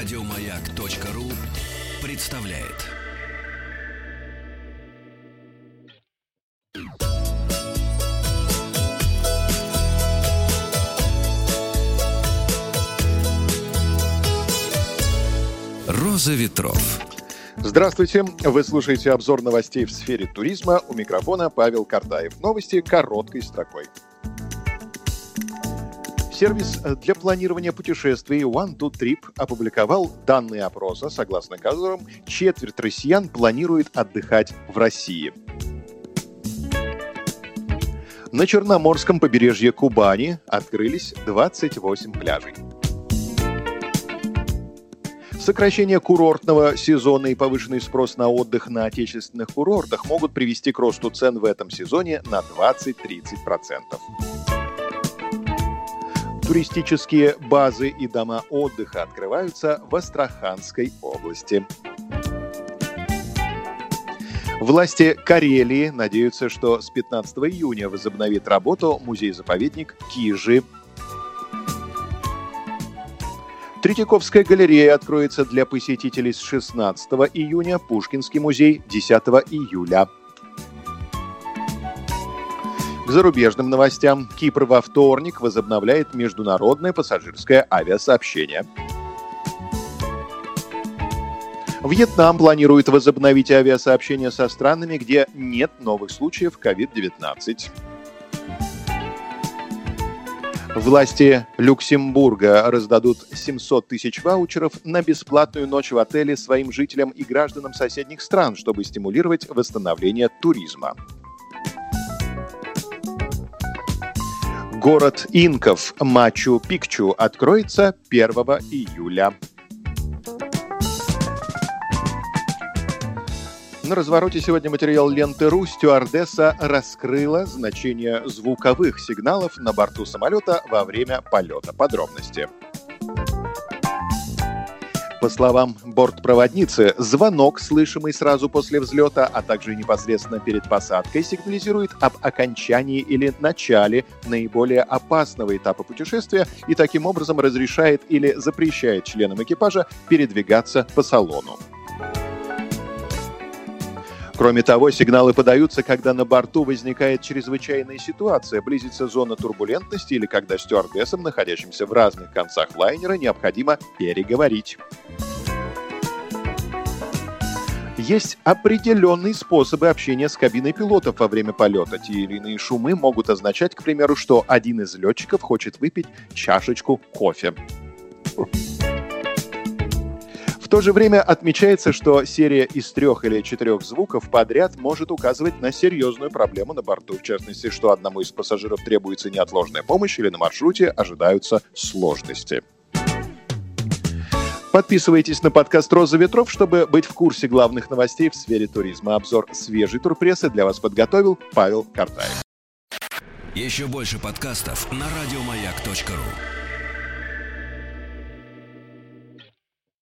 Радиомаяк.ру представляет. Роза ветров. Здравствуйте! Вы слушаете обзор новостей в сфере туризма. У микрофона Павел Картаев. Новости короткой строкой. Сервис для планирования путешествий One2Trip опубликовал данные опроса, согласно которым четверть россиян планирует отдыхать в России. На Черноморском побережье Кубани открылись 28 пляжей. Сокращение курортного сезона и повышенный спрос на отдых на отечественных курортах могут привести к росту цен в этом сезоне на 20-30%. Туристические базы и дома отдыха открываются в Астраханской области. Власти Карелии надеются, что с 15 июня возобновит работу музей-заповедник Кижи. Третьяковская галерея откроется для посетителей с 16 июня, Пушкинский музей 10 июля. К зарубежным новостям. Кипр во вторник возобновляет международное пассажирское авиасообщение. Вьетнам планирует возобновить авиасообщение со странами, где нет новых случаев COVID-19. Власти Люксембурга раздадут 700 тысяч ваучеров на бесплатную ночь в отеле своим жителям и гражданам соседних стран, чтобы стимулировать восстановление туризма. Город инков Мачу-Пикчу откроется 1 июля. На развороте сегодня материал ленты.ру. Стюардесса раскрыла значение звуковых сигналов на борту самолета во время полета. Подробности. По словам бортпроводницы, звонок, слышимый сразу после взлета, а также непосредственно перед посадкой, сигнализирует об окончании или начале наиболее опасного этапа путешествия и таким образом разрешает или запрещает членам экипажа передвигаться по салону. Кроме того, сигналы подаются, когда на борту возникает чрезвычайная ситуация, близится зона турбулентности или когда стюардессам, находящимся в разных концах лайнера, необходимо переговорить. Есть определенные способы общения с кабиной пилотов во время полета. Те или иные шумы могут означать, к примеру, что один из летчиков хочет выпить чашечку кофе. В то же время отмечается, что серия из 3 или 4 звуков подряд может указывать на серьезную проблему на борту. В частности, что одному из пассажиров требуется неотложная помощь или на маршруте ожидаются сложности. Подписывайтесь на подкаст «Роза ветров», чтобы быть в курсе главных новостей в сфере туризма. Обзор свежей турпрессы для вас подготовил Павел Картаев. Еще больше подкастов на радиомаяк.ру.